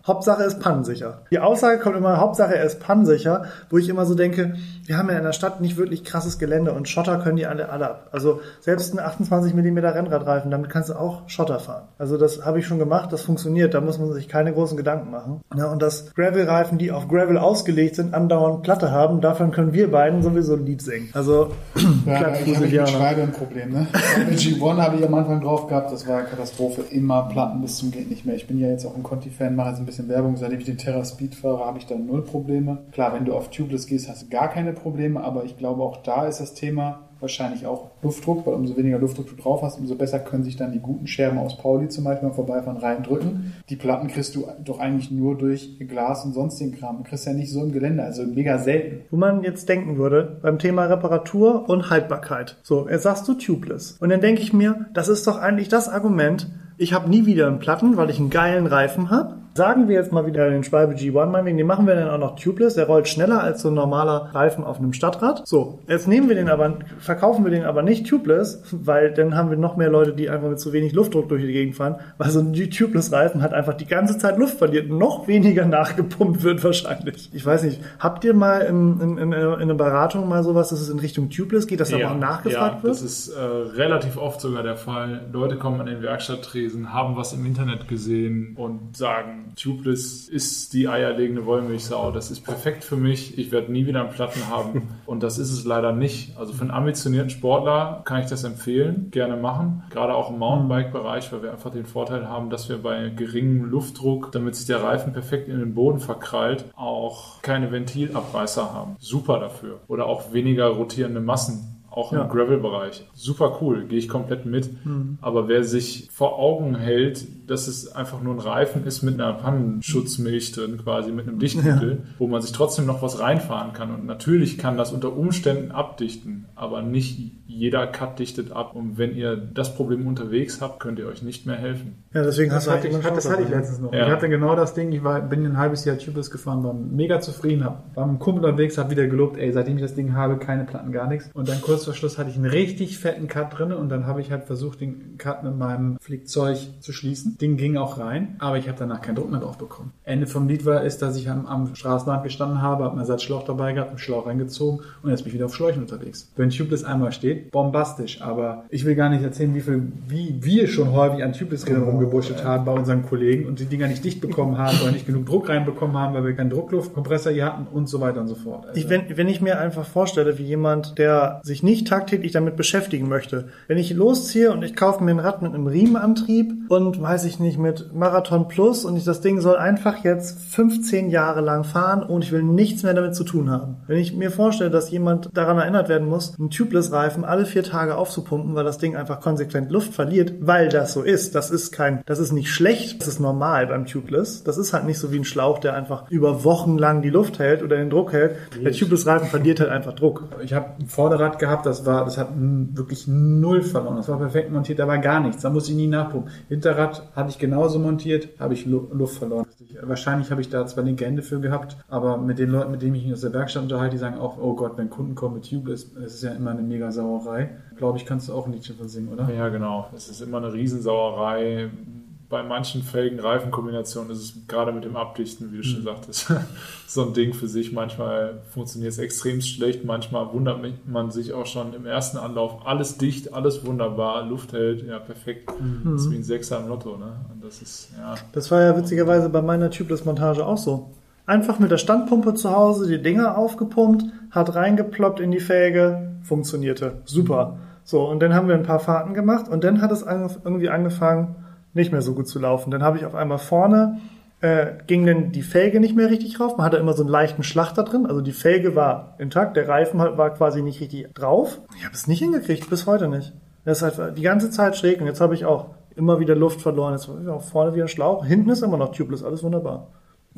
Hauptsache er ist pannensicher. Die Aussage kommt immer, Hauptsache er ist pannensicher, wo ich immer so denke, wir haben ja in der Stadt nicht wirklich krasses Gelände und Schotter können die alle, alle ab. Also selbst ein achtundzwanzig Millimeter Rennradreifen, damit kannst du auch Schotter fahren. Also das habe ich schon gemacht, das funktioniert, da muss man sich keine großen Gedanken machen. Ja, und dass Gravel-Reifen, die auf Gravel ausgelegt sind, andauernd Platte haben, davon können wir beiden sowieso ein Lied singen. Also ja, ich habe mit Schreibe ein Problem. Ne? Mit G eins habe ich am Anfang drauf gehabt, das war eine Katastrophe, immer Platten bis zum geht nicht mehr. Ich bin ja jetzt auch ein Conti-Fan, mache jetzt ein bisschen Werbung, seitdem ich den Terra Speed fahre, habe ich da null Probleme. Klar, wenn du auf Tubeless gehst, hast du gar keine Probleme, aber ich glaube auch da ist das Thema wahrscheinlich auch Luftdruck, weil umso weniger Luftdruck du drauf hast, umso besser können sich dann die guten Scherben aus Pauli zum Beispiel beim Vorbeifahren reindrücken. Die Platten kriegst du doch eigentlich nur durch Glas und sonstigen Kram. Du kriegst ja nicht so im Gelände, also mega selten. Wo man jetzt denken würde, beim Thema Reparatur und Haltbarkeit. So, jetzt sagst du Tubeless. Und dann denke ich mir, das ist doch eigentlich das Argument, ich habe nie wieder einen Platten, weil ich einen geilen Reifen habe. Sagen wir jetzt mal wieder den Schwalbe G eins, meinetwegen, den machen wir dann auch noch tubeless, der rollt schneller als so ein normaler Reifen auf einem Stadtrad. So, jetzt nehmen wir den aber, verkaufen wir den aber nicht tubeless, weil dann haben wir noch mehr Leute, die einfach mit zu wenig Luftdruck durch die Gegend fahren, weil so ein tubeless Reifen hat einfach die ganze Zeit Luft verliert und noch weniger nachgepumpt wird wahrscheinlich. Ich weiß nicht, habt ihr mal in, in, in, in einer Beratung mal sowas, dass es in Richtung tubeless geht, dass da ja, auch nachgefragt ja, wird? Das ist äh, relativ oft sogar der Fall. Leute kommen an den Werkstatttresen, haben was im Internet gesehen und sagen, tubeless ist die eierlegende Wollmilchsau. Das ist perfekt für mich. Ich werde nie wieder einen Platten haben. Und das ist es leider nicht. Also für einen ambitionierten Sportler kann ich das empfehlen. Gerne machen. Gerade auch im Mountainbike-Bereich, weil wir einfach den Vorteil haben, dass wir bei geringem Luftdruck, damit sich der Reifen perfekt in den Boden verkrallt, auch keine Ventilabreißer haben. Super dafür. Oder auch weniger rotierende Massen. Auch im ja. Gravel-Bereich. Super cool, gehe ich komplett mit. Mhm. Aber wer sich vor Augen hält, dass es einfach nur ein Reifen ist mit einer Pannenschutzmilch drin, quasi mit einem Dichtmittel, ja. wo man sich trotzdem noch was reinfahren kann. Und natürlich kann das unter Umständen abdichten, aber nicht jeder Cut dichtet ab. Und wenn ihr das Problem unterwegs habt, könnt ihr euch nicht mehr helfen. Ja, deswegen das hatte ich, das hatte ich letztens noch. Ja. Ich hatte genau das Ding, ich war, bin ein halbes Jahr tubeless gefahren, war mega zufrieden, hab, war mit einem Kumpel unterwegs, hab wieder gelobt, ey, seitdem ich das Ding habe, keine Platten, gar nichts. Und dann kurz vor Schluss hatte ich einen richtig fetten Cut drin und dann habe ich halt versucht, den Cut mit meinem Flickzeug zu schließen. Ding ging auch rein, aber ich habe danach keinen Druck mehr drauf bekommen. Ende vom Lied war, ist, dass ich am, am Straßenrand gestanden habe, habe einen Ersatzschlauch dabei gehabt, einen Schlauch reingezogen und jetzt bin ich wieder auf Schläuchen unterwegs. Wenn Tubeless einmal steht, bombastisch, aber ich will gar nicht erzählen, wie viel, wie wir schon häufig an Tubeless-Rädern oh, rumgeburstet ja. haben bei unseren Kollegen und die Dinger nicht dicht bekommen haben oder nicht genug Druck reinbekommen haben, weil wir keinen Druckluftkompressor hier hatten und so weiter und so fort. Also, ich, wenn, wenn ich mir einfach vorstelle, wie jemand, der sich nicht tagtäglich damit beschäftigen möchte, wenn ich losziehe und ich kaufe mir ein Rad mit einem Riemenantrieb und weiß ich nicht, mit Marathon Plus und ich, das Ding soll einfach jetzt fünfzehn Jahre lang fahren und ich will nichts mehr damit zu tun haben. Wenn ich mir vorstelle, dass jemand daran erinnert werden muss, einen Tubeless-Reifen alle vier Tage aufzupumpen, weil das Ding einfach konsequent Luft verliert, weil das so ist. Das ist kein, das ist nicht schlecht, das ist normal beim Tubeless. Das ist halt nicht so wie ein Schlauch, der einfach über Wochen lang die Luft hält oder den Druck hält. Der Tubeless-Reifen verliert halt einfach Druck. Ich habe ein Vorderrad gehabt, das war, das hat wirklich null verloren. Das war perfekt montiert, da war gar nichts. Da musste ich nie nachpumpen. Hinterrad hatte ich genauso montiert, habe ich Luft verloren. Wahrscheinlich habe ich da zwar linke Hände für gehabt, aber mit den Leuten, mit denen ich mich aus der Werkstatt unterhalte, die sagen auch, oh Gott, wenn Kunden kommen mit Tubeless, das ist ja immer eine mega Sauerei. Glaube ich, kannst du auch ein Liedchen von singen, oder? Ja, genau. Es ist immer eine Riesensauerei. Bei manchen Felgen-Reifen-Kombinationen ist es gerade mit dem Abdichten, wie du schon sagtest, so ein Ding für sich. Manchmal funktioniert es extrem schlecht, manchmal wundert man sich auch schon im ersten Anlauf. Alles dicht, alles wunderbar, Luft hält, ja perfekt. Mhm. Das ist wie ein Sechser im Lotto, ne? Und das ist, ja. Das war ja witzigerweise bei meiner Tubeless-Montage auch so. Einfach mit der Standpumpe zu Hause die Dinger aufgepumpt, hat reingeploppt in die Felge, funktionierte. Super. So, und dann haben wir ein paar Fahrten gemacht und dann hat es irgendwie angefangen, nicht mehr so gut zu laufen. Dann habe ich auf einmal vorne, äh, ging dann die Felge nicht mehr richtig rauf. Man hatte immer so einen leichten Schlag da drin. Also die Felge war intakt, der Reifen war quasi nicht richtig drauf. Ich habe es nicht hingekriegt, bis heute nicht. Das ist halt die ganze Zeit schräg und jetzt habe ich auch immer wieder Luft verloren. Jetzt habe ich auch vorne wieder Schlauch. Hinten ist immer noch tubeless, alles wunderbar.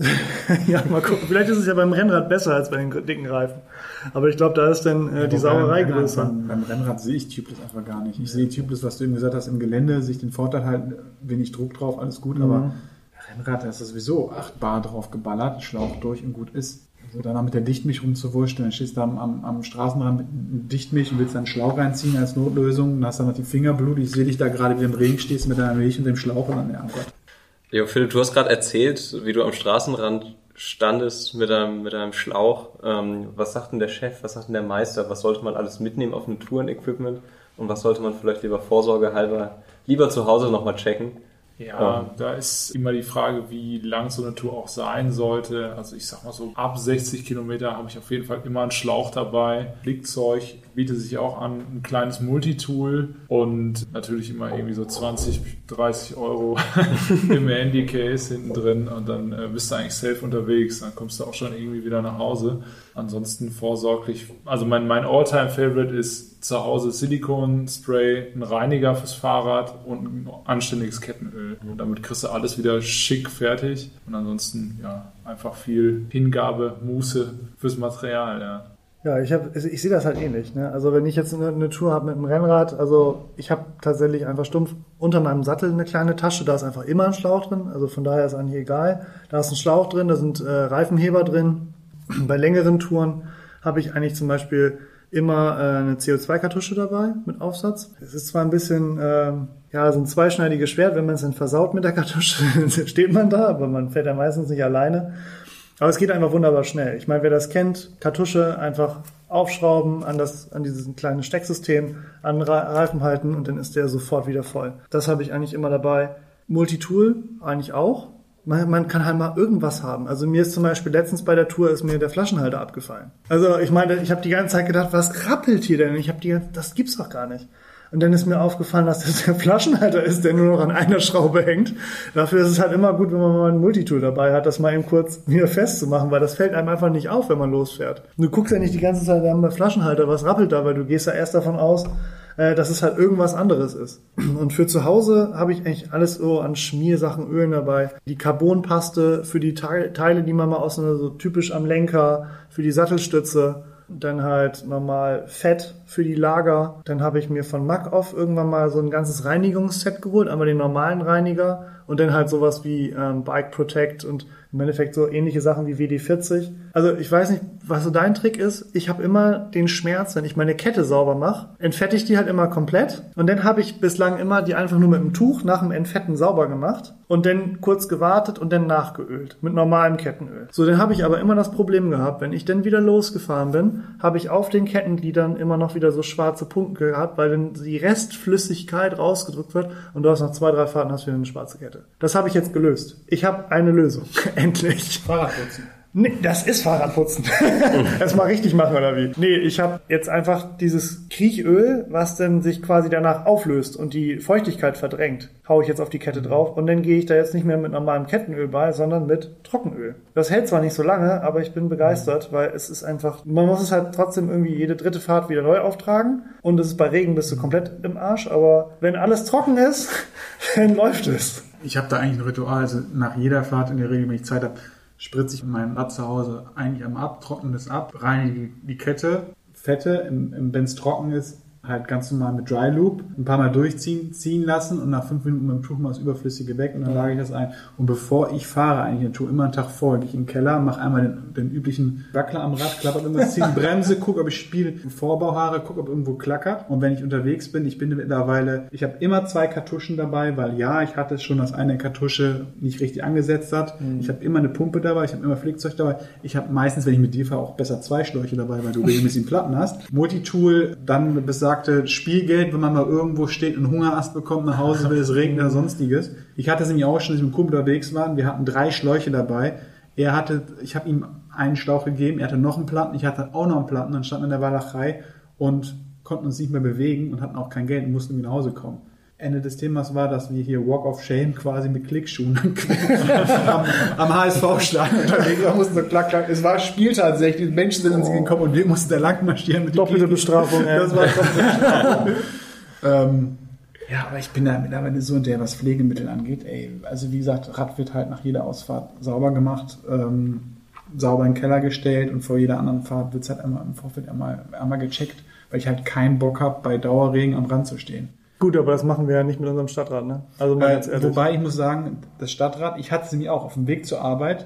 Ja, mal gucken. Vielleicht ist es ja beim Rennrad besser als bei den dicken Reifen. Aber ich glaube, da ist dann äh, ja, die Sauerei größer. Beim, beim Rennrad sehe ich Tubeless einfach gar nicht. Ich sehe Tubeless, was du eben gesagt hast, im Gelände, sich den Vorteil halten, wenig Druck drauf, alles gut, mhm. aber Rennrad, da ist sowieso acht Bar drauf geballert, Schlauch durch und gut ist. Also danach mit der Dichtmilch rumzuwurschen, dann stehst du am, am, am Straßenrand mit einer Dichtmilch und willst dann Schlauch reinziehen als Notlösung, dann hast du noch die Finger blutig, ich sehe dich da gerade wie im Regen stehst mit deiner Milch und dem Schlauch und dann, ja, oh Gott. Jo, Philipp, du hast gerade erzählt, wie du am Straßenrand standest mit einem, mit einem Schlauch. Ähm, was sagt denn der Chef, was sagt denn der Meister? Was sollte man alles mitnehmen auf einem Touren-Equipment? Und was sollte man vielleicht lieber vorsorgehalber lieber zu Hause nochmal checken? Ja, ähm. da ist immer die Frage, wie lang so eine Tour auch sein sollte. Also ich sag mal so, ab sechzig Kilometer habe ich auf jeden Fall immer einen Schlauch dabei. Blickzeug bietet sich auch an, ein kleines Multitool und natürlich immer irgendwie so zwanzig, dreißig Euro im Handycase hinten drin und dann äh, bist du eigentlich safe unterwegs. Dann kommst du auch schon irgendwie wieder nach Hause. Ansonsten vorsorglich, also mein, mein All-Time-Favorite ist zu Hause Silikon-Spray, ein Reiniger fürs Fahrrad und ein anständiges Kettenöl. Und damit kriegst du alles wieder schick fertig. Und ansonsten, ja, einfach viel Hingabe, Muße fürs Material, ja. Ja, ich habe, ich sehe das halt ähnlich. Ne? Also wenn ich jetzt eine, eine Tour habe mit einem Rennrad, also ich habe tatsächlich einfach stumpf unter meinem Sattel eine kleine Tasche, da ist einfach immer ein Schlauch drin. Also von daher ist eigentlich egal. Da ist ein Schlauch drin, da sind äh, Reifenheber drin. Bei längeren Touren habe ich eigentlich zum Beispiel immer äh, eine C O zwei Kartusche dabei mit Aufsatz. Es ist zwar ein bisschen, äh, ja, so ein zweischneidiges Schwert, wenn man es dann versaut mit der Kartusche, steht man da, aber man fährt ja meistens nicht alleine. Aber es geht einfach wunderbar schnell. Ich meine, wer das kennt, Kartusche einfach aufschrauben, an das, an dieses kleine Stecksystem, an Reifen halten und dann ist der sofort wieder voll. Das habe ich eigentlich immer dabei. Multitool eigentlich auch. Man, man kann halt mal irgendwas haben. Also mir ist zum Beispiel letztens bei der Tour ist mir der Flaschenhalter abgefallen. Also ich meine, ich habe die ganze Zeit gedacht, was rappelt hier denn? Ich habe die, das gibt's doch gar nicht. Und dann ist mir aufgefallen, dass das der Flaschenhalter ist, der nur noch an einer Schraube hängt. Dafür ist es halt immer gut, wenn man mal ein Multitool dabei hat, das mal eben kurz wieder festzumachen, weil das fällt einem einfach nicht auf, wenn man losfährt. Und du guckst ja nicht die ganze Zeit am Flaschenhalter, was rappelt da, weil du gehst ja erst davon aus, dass es halt irgendwas anderes ist. Und für zu Hause habe ich eigentlich alles so an Schmiersachen, Ölen dabei. Die Carbonpaste für die Teile, die man mal aus so typisch am Lenker, für die Sattelstütze. Dann halt normal Fett für die Lager. Dann habe ich mir von Mac-Off irgendwann mal so ein ganzes Reinigungsset geholt. Einmal den normalen Reiniger und dann halt sowas wie ähm, Bike Protect und im Endeffekt so ähnliche Sachen wie W D vierzig. Also ich weiß nicht, was so dein Trick ist. Ich habe immer den Schmerz, wenn ich meine Kette sauber mache, entfette ich die halt immer komplett. Und dann habe ich bislang immer die einfach nur mit einem Tuch nach dem Entfetten sauber gemacht und dann kurz gewartet und dann nachgeölt mit normalem Kettenöl. So, dann habe ich aber immer das Problem gehabt, wenn ich dann wieder losgefahren bin, habe ich auf den Kettengliedern immer noch wieder so schwarze Punkte gehabt, weil dann die Restflüssigkeit rausgedrückt wird und du hast nach zwei, drei Fahrten hast du wieder eine schwarze Kette. Das habe ich jetzt gelöst. Ich habe eine Lösung. Endlich. Fahrradputzen. Nee, das ist Fahrradputzen. Erstmal richtig machen, oder wie? Nee, ich habe jetzt einfach dieses Kriechöl, was dann sich quasi danach auflöst und die Feuchtigkeit verdrängt, haue ich jetzt auf die Kette drauf und dann gehe ich da jetzt nicht mehr mit normalem Kettenöl bei, sondern mit Trockenöl. Das hält zwar nicht so lange, aber ich bin begeistert, weil es ist einfach, man muss es halt trotzdem irgendwie jede dritte Fahrt wieder neu auftragen und es ist bei Regen bist du komplett im Arsch, aber wenn alles trocken ist, dann läuft es. Ich habe da eigentlich ein Ritual, also nach jeder Fahrt in der Regel, wenn ich Zeit habe, spritze ich meinem Rad zu Hause eigentlich einmal ab, trockne das ab, reinige die Kette, Fette, wenn es trocken ist, halt ganz normal mit Dry Loop, ein paar Mal durchziehen, ziehen lassen und nach fünf Minuten mit dem Tuch mal das Überflüssige weg und dann lage ich das ein. Und bevor ich fahre, eigentlich eine Tour, immer einen Tag vorher, gehe ich in den Keller, mache einmal den, den üblichen Wackler am Rad, klappert immer, ziehe die Bremse, gucke, ob ich spiele, Vorbauhaare, gucke, ob irgendwo klackert. Und wenn ich unterwegs bin, ich bin mittlerweile, ich habe immer zwei Kartuschen dabei, weil ja, ich hatte es schon, dass eine Kartusche nicht richtig angesetzt hat. Mhm. Ich habe immer eine Pumpe dabei, ich habe immer Flickzeug dabei. Ich habe meistens, wenn ich mit dir fahre, auch besser zwei Schläuche dabei, weil du regelmäßig Platten hast. Multitool, dann besagte Spielgeld, wenn man mal irgendwo steht und Hungerast bekommt, nach Hause will, es regnet oder sonstiges. Ich hatte es nämlich auch schon, als wir mit dem Kumpel unterwegs waren. Wir hatten drei Schläuche dabei. Er hatte, ich habe ihm einen Schlauch gegeben, er hatte noch einen Platten, ich hatte auch noch einen Platten, dann standen wir in der Walachei und konnten uns nicht mehr bewegen und hatten auch kein Geld und mussten wieder nach Hause kommen. Ende des Themas war, dass wir hier Walk of Shame quasi mit Klickschuhen am, am H S V-Stand unterwegs waren, mussten so klack, klack. Es war Spiel tatsächlich, die Menschen sind uns gekommen und wir mussten da lang marschieren. Mit doppelte Bestrafung, ja. Das war doppelte Bestrafung. ähm, ja, aber ich bin da mittlerweile so der, was Pflegemittel angeht. Ey, also wie gesagt, Rad wird halt nach jeder Ausfahrt sauber gemacht, ähm, sauber in den Keller gestellt und vor jeder anderen Fahrt wird es halt einmal im Vorfeld einmal, einmal gecheckt, weil ich halt keinen Bock habe, bei Dauerregen am Rand zu stehen. Gut, aber das machen wir ja nicht mit unserem Stadtrad, ne? Also mal ganz ehrlich. Wobei ich muss sagen, das Stadtrad, ich hatte es nämlich auch auf dem Weg zur Arbeit,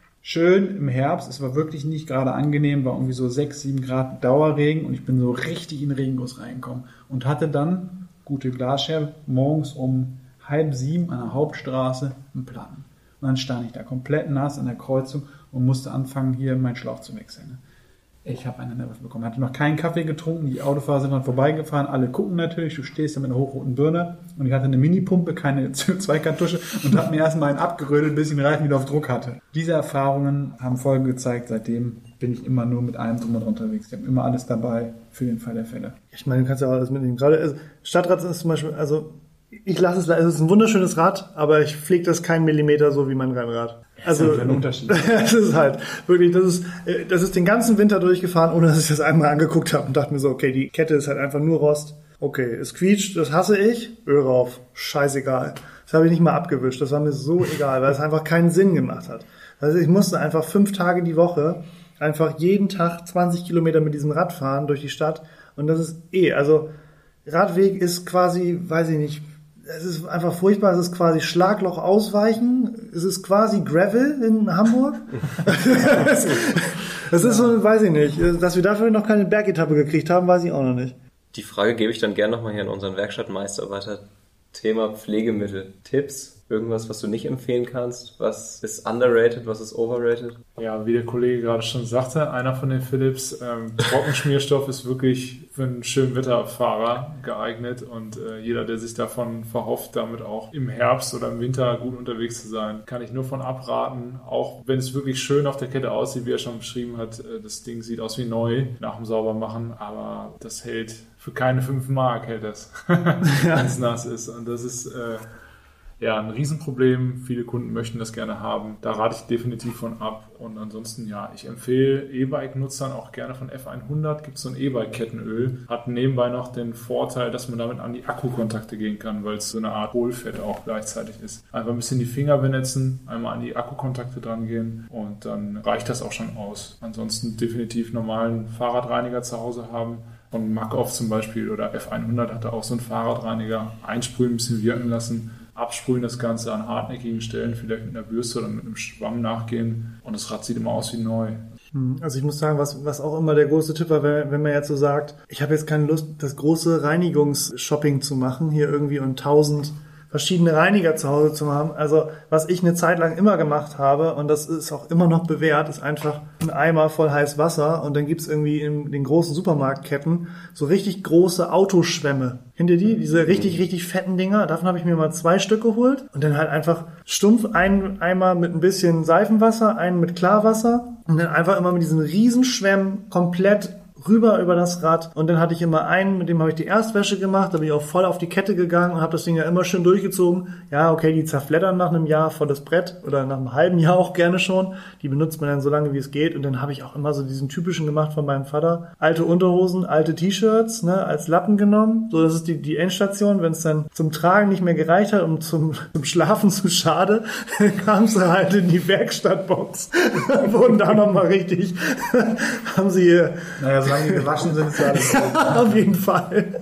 schön im Herbst, es war wirklich nicht gerade angenehm, war irgendwie so sechs, sieben Grad Dauerregen und ich bin so richtig in den Regenguss reingekommen und hatte dann, gute Glasscherbe, morgens um halb sieben an der Hauptstraße einen Platten. Und dann stand ich da komplett nass an der Kreuzung und musste anfangen, hier meinen Schlauch zu wechseln. Ich habe eine Nerven bekommen. Hatte noch keinen Kaffee getrunken, die Autofahrer sind dann vorbeigefahren, alle gucken natürlich, du stehst da mit einer hochroten Birne und ich hatte eine Mini-Pumpe, keine C O zwei Kartusche und habe mir erstmal einen abgerödelt, bis ich den Reifen wieder auf Druck hatte. Diese Erfahrungen haben Folgen gezeigt, seitdem bin ich immer nur mit allem drum und dran unterwegs. Ich habe immer alles dabei für den Fall der Fälle. Ich meine, du kannst ja auch alles mitnehmen. Gerade also Stadtrad ist zum Beispiel, also ich lasse es, es ist ein wunderschönes Rad, aber ich pflege das keinen Millimeter so wie mein Rennrad. Also, das ist ein Unterschied. Das ist halt wirklich, das ist, das ist den ganzen Winter durchgefahren, ohne dass ich das einmal angeguckt habe und dachte mir so, okay, die Kette ist halt einfach nur Rost. Okay, es quietscht, das hasse ich, Öl rauf, scheißegal. Das habe ich nicht mal abgewischt, das war mir so egal, weil es einfach keinen Sinn gemacht hat. Also ich musste einfach fünf Tage die Woche einfach jeden Tag zwanzig Kilometer mit diesem Rad fahren durch die Stadt und das ist eh, also Radweg ist quasi, weiß ich nicht, es ist einfach furchtbar, es ist quasi Schlagloch ausweichen, es ist quasi Gravel in Hamburg. Das ist so, weiß ich nicht, dass wir dafür noch keine Bergetappe gekriegt haben, weiß ich auch noch nicht. Die Frage gebe ich dann gerne nochmal hier in unseren Werkstattmeister weiter. Thema Pflegemittel. Tipps? Irgendwas, was du nicht empfehlen kannst? Was ist underrated, was ist overrated? Ja, wie der Kollege gerade schon sagte, einer von den Philips, ähm, Trockenschmierstoff ist wirklich für einen schönen Wetterfahrer geeignet und äh, jeder, der sich davon verhofft, damit auch im Herbst oder im Winter gut unterwegs zu sein, kann ich nur von abraten. Auch wenn es wirklich schön auf der Kette aussieht, wie er schon beschrieben hat, äh, das Ding sieht aus wie neu nach dem Saubermachen, aber das hält für keine fünf Mark, hält das, wenn es nass ist. Und das ist äh, ja ein Riesenproblem. Viele Kunden möchten das gerne haben. Da rate ich definitiv von ab. Und ansonsten, ja, ich empfehle E-Bike-Nutzern auch gerne von F hundert. Gibt es so ein E-Bike-Kettenöl. Hat nebenbei noch den Vorteil, dass man damit an die Akkukontakte gehen kann, weil es so eine Art Hohlfett auch gleichzeitig ist. Einfach ein bisschen die Finger benetzen, einmal an die Akkukontakte dran gehen und dann reicht das auch schon aus. Ansonsten definitiv normalen Fahrradreiniger zu Hause haben. Von Makov zum Beispiel oder F hundert hatte auch so einen Fahrradreiniger. Einsprühen, ein bisschen wirken lassen. Absprühen das Ganze an hartnäckigen Stellen, vielleicht mit einer Bürste oder mit einem Schwamm nachgehen und das Rad sieht immer aus wie neu. Also ich muss sagen, was, was auch immer der große Tipp war, wenn, wenn man jetzt so sagt, ich habe jetzt keine Lust, das große Reinigungsshopping zu machen, hier irgendwie und tausend verschiedene Reiniger zu Hause zu haben. Also was ich eine Zeit lang immer gemacht habe, und das ist auch immer noch bewährt, ist einfach ein Eimer voll heiß Wasser und dann gibt's irgendwie in den großen Supermarktketten so richtig große Autoschwämme. Kennt ihr die? Diese richtig, richtig fetten Dinger. Davon habe ich mir mal zwei Stück geholt und dann halt einfach stumpf einen Eimer mit ein bisschen Seifenwasser, einen mit Klarwasser und dann einfach immer mit diesen Riesenschwämmen komplett rüber über das Rad und dann hatte ich immer einen, mit dem habe ich die Erstwäsche gemacht, da bin ich auch voll auf die Kette gegangen und habe das Ding ja immer schön durchgezogen. Ja, okay, die zerfleddern nach einem Jahr volles Brett oder nach einem halben Jahr auch gerne schon. Die benutzt man dann so lange, wie es geht und dann habe ich auch immer so diesen typischen gemacht von meinem Vater. Alte Unterhosen, alte T-Shirts, ne, als Lappen genommen. So, das ist die, die Endstation. Wenn es dann zum Tragen nicht mehr gereicht hat und zum, zum Schlafen zu schade, kam es halt in die Werkstattbox. Wurden da nochmal richtig, haben sie hier, naja, solange die gewaschen sind, ist ja alles gut. Auf jeden Fall.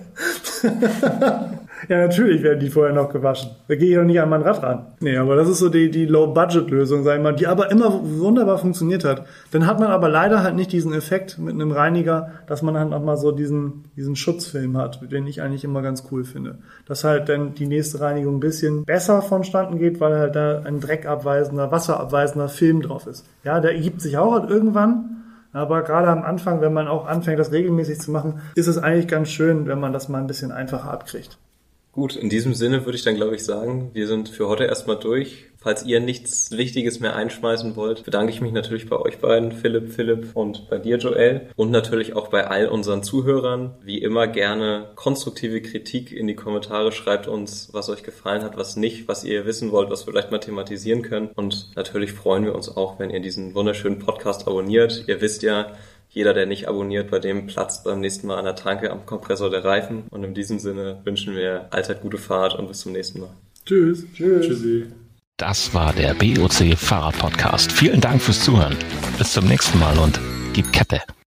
Ja, natürlich werden die vorher noch gewaschen. Da gehe ich doch nicht an mein Rad ran. Nee, aber das ist so die, die Low-Budget-Lösung, sag ich mal, die aber immer wunderbar funktioniert hat. Dann hat man aber leider halt nicht diesen Effekt mit einem Reiniger, dass man halt nochmal so diesen, diesen Schutzfilm hat, den ich eigentlich immer ganz cool finde. Dass halt dann die nächste Reinigung ein bisschen besser vonstatten geht, weil halt da ein dreckabweisender, wasserabweisender Film drauf ist. Ja, der ergibt sich auch halt irgendwann. Aber gerade am Anfang, wenn man auch anfängt, das regelmäßig zu machen, ist es eigentlich ganz schön, wenn man das mal ein bisschen einfacher abkriegt. Gut, in diesem Sinne würde ich dann, glaube ich, sagen, wir sind für heute erstmal durch. Falls ihr nichts Wichtiges mehr einschmeißen wollt, bedanke ich mich natürlich bei euch beiden, Philipp, Philipp und bei dir, Joel. Und natürlich auch bei all unseren Zuhörern. Wie immer gerne konstruktive Kritik in die Kommentare. Schreibt uns, was euch gefallen hat, was nicht, was ihr wissen wollt, was wir vielleicht mal thematisieren können. Und natürlich freuen wir uns auch, wenn ihr diesen wunderschönen Podcast abonniert. Ihr wisst ja, jeder, der nicht abonniert, bei dem platzt beim nächsten Mal an der Tanke am Kompressor der Reifen. Und in diesem Sinne wünschen wir allzeit gute Fahrt und bis zum nächsten Mal. Tschüss. Tschüss. Tschüssi. Das war der B O C Fahrrad Podcast. Vielen Dank fürs Zuhören. Bis zum nächsten Mal und gib Kette.